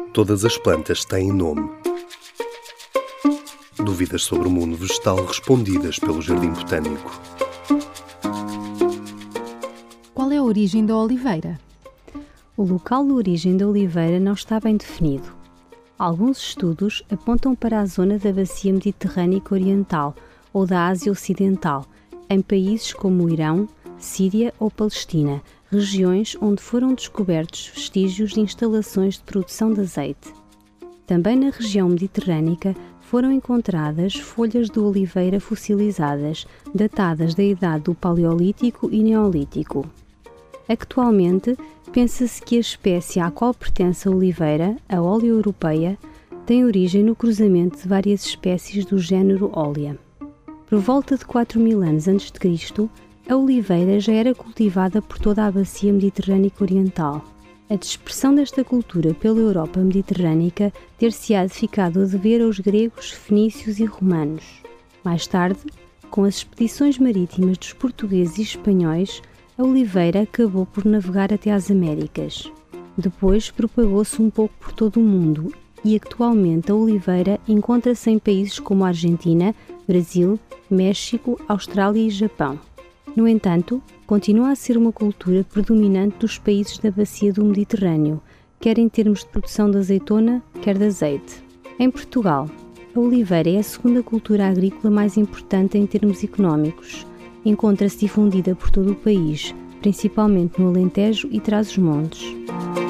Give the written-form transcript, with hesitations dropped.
Todas as plantas têm nome. Dúvidas sobre o mundo vegetal respondidas pelo Jardim Botânico. Qual é a origem da oliveira? O local de origem da oliveira não está bem definido. Alguns estudos apontam para a zona da Bacia Mediterrânica Oriental ou da Ásia Ocidental, em países como o Irão, Síria ou Palestina, regiões onde foram descobertos vestígios de instalações de produção de azeite. Também na região mediterrânica foram encontradas folhas de oliveira fossilizadas, datadas da idade do Paleolítico e Neolítico. Atualmente, pensa-se que a espécie à qual pertence a oliveira, a Olea europaea, tem origem no cruzamento de várias espécies do género Olea. Por volta de 4.000 anos a.C., a oliveira já era cultivada por toda a bacia mediterrânica oriental. A dispersão desta cultura pela Europa mediterrânica ter-se-á ficado a dever aos gregos, fenícios e romanos. Mais tarde, com as expedições marítimas dos portugueses e espanhóis, a oliveira acabou por navegar até às Américas. Depois propagou-se um pouco por todo o mundo e atualmente a oliveira encontra-se em países como a Argentina, Brasil, México, Austrália e Japão. No entanto, continua a ser uma cultura predominante dos países da bacia do Mediterrâneo, quer em termos de produção de azeitona, quer de azeite. Em Portugal, a oliveira é a segunda cultura agrícola mais importante em termos económicos. Encontra-se difundida por todo o país, principalmente no Alentejo e Trás-os-Montes.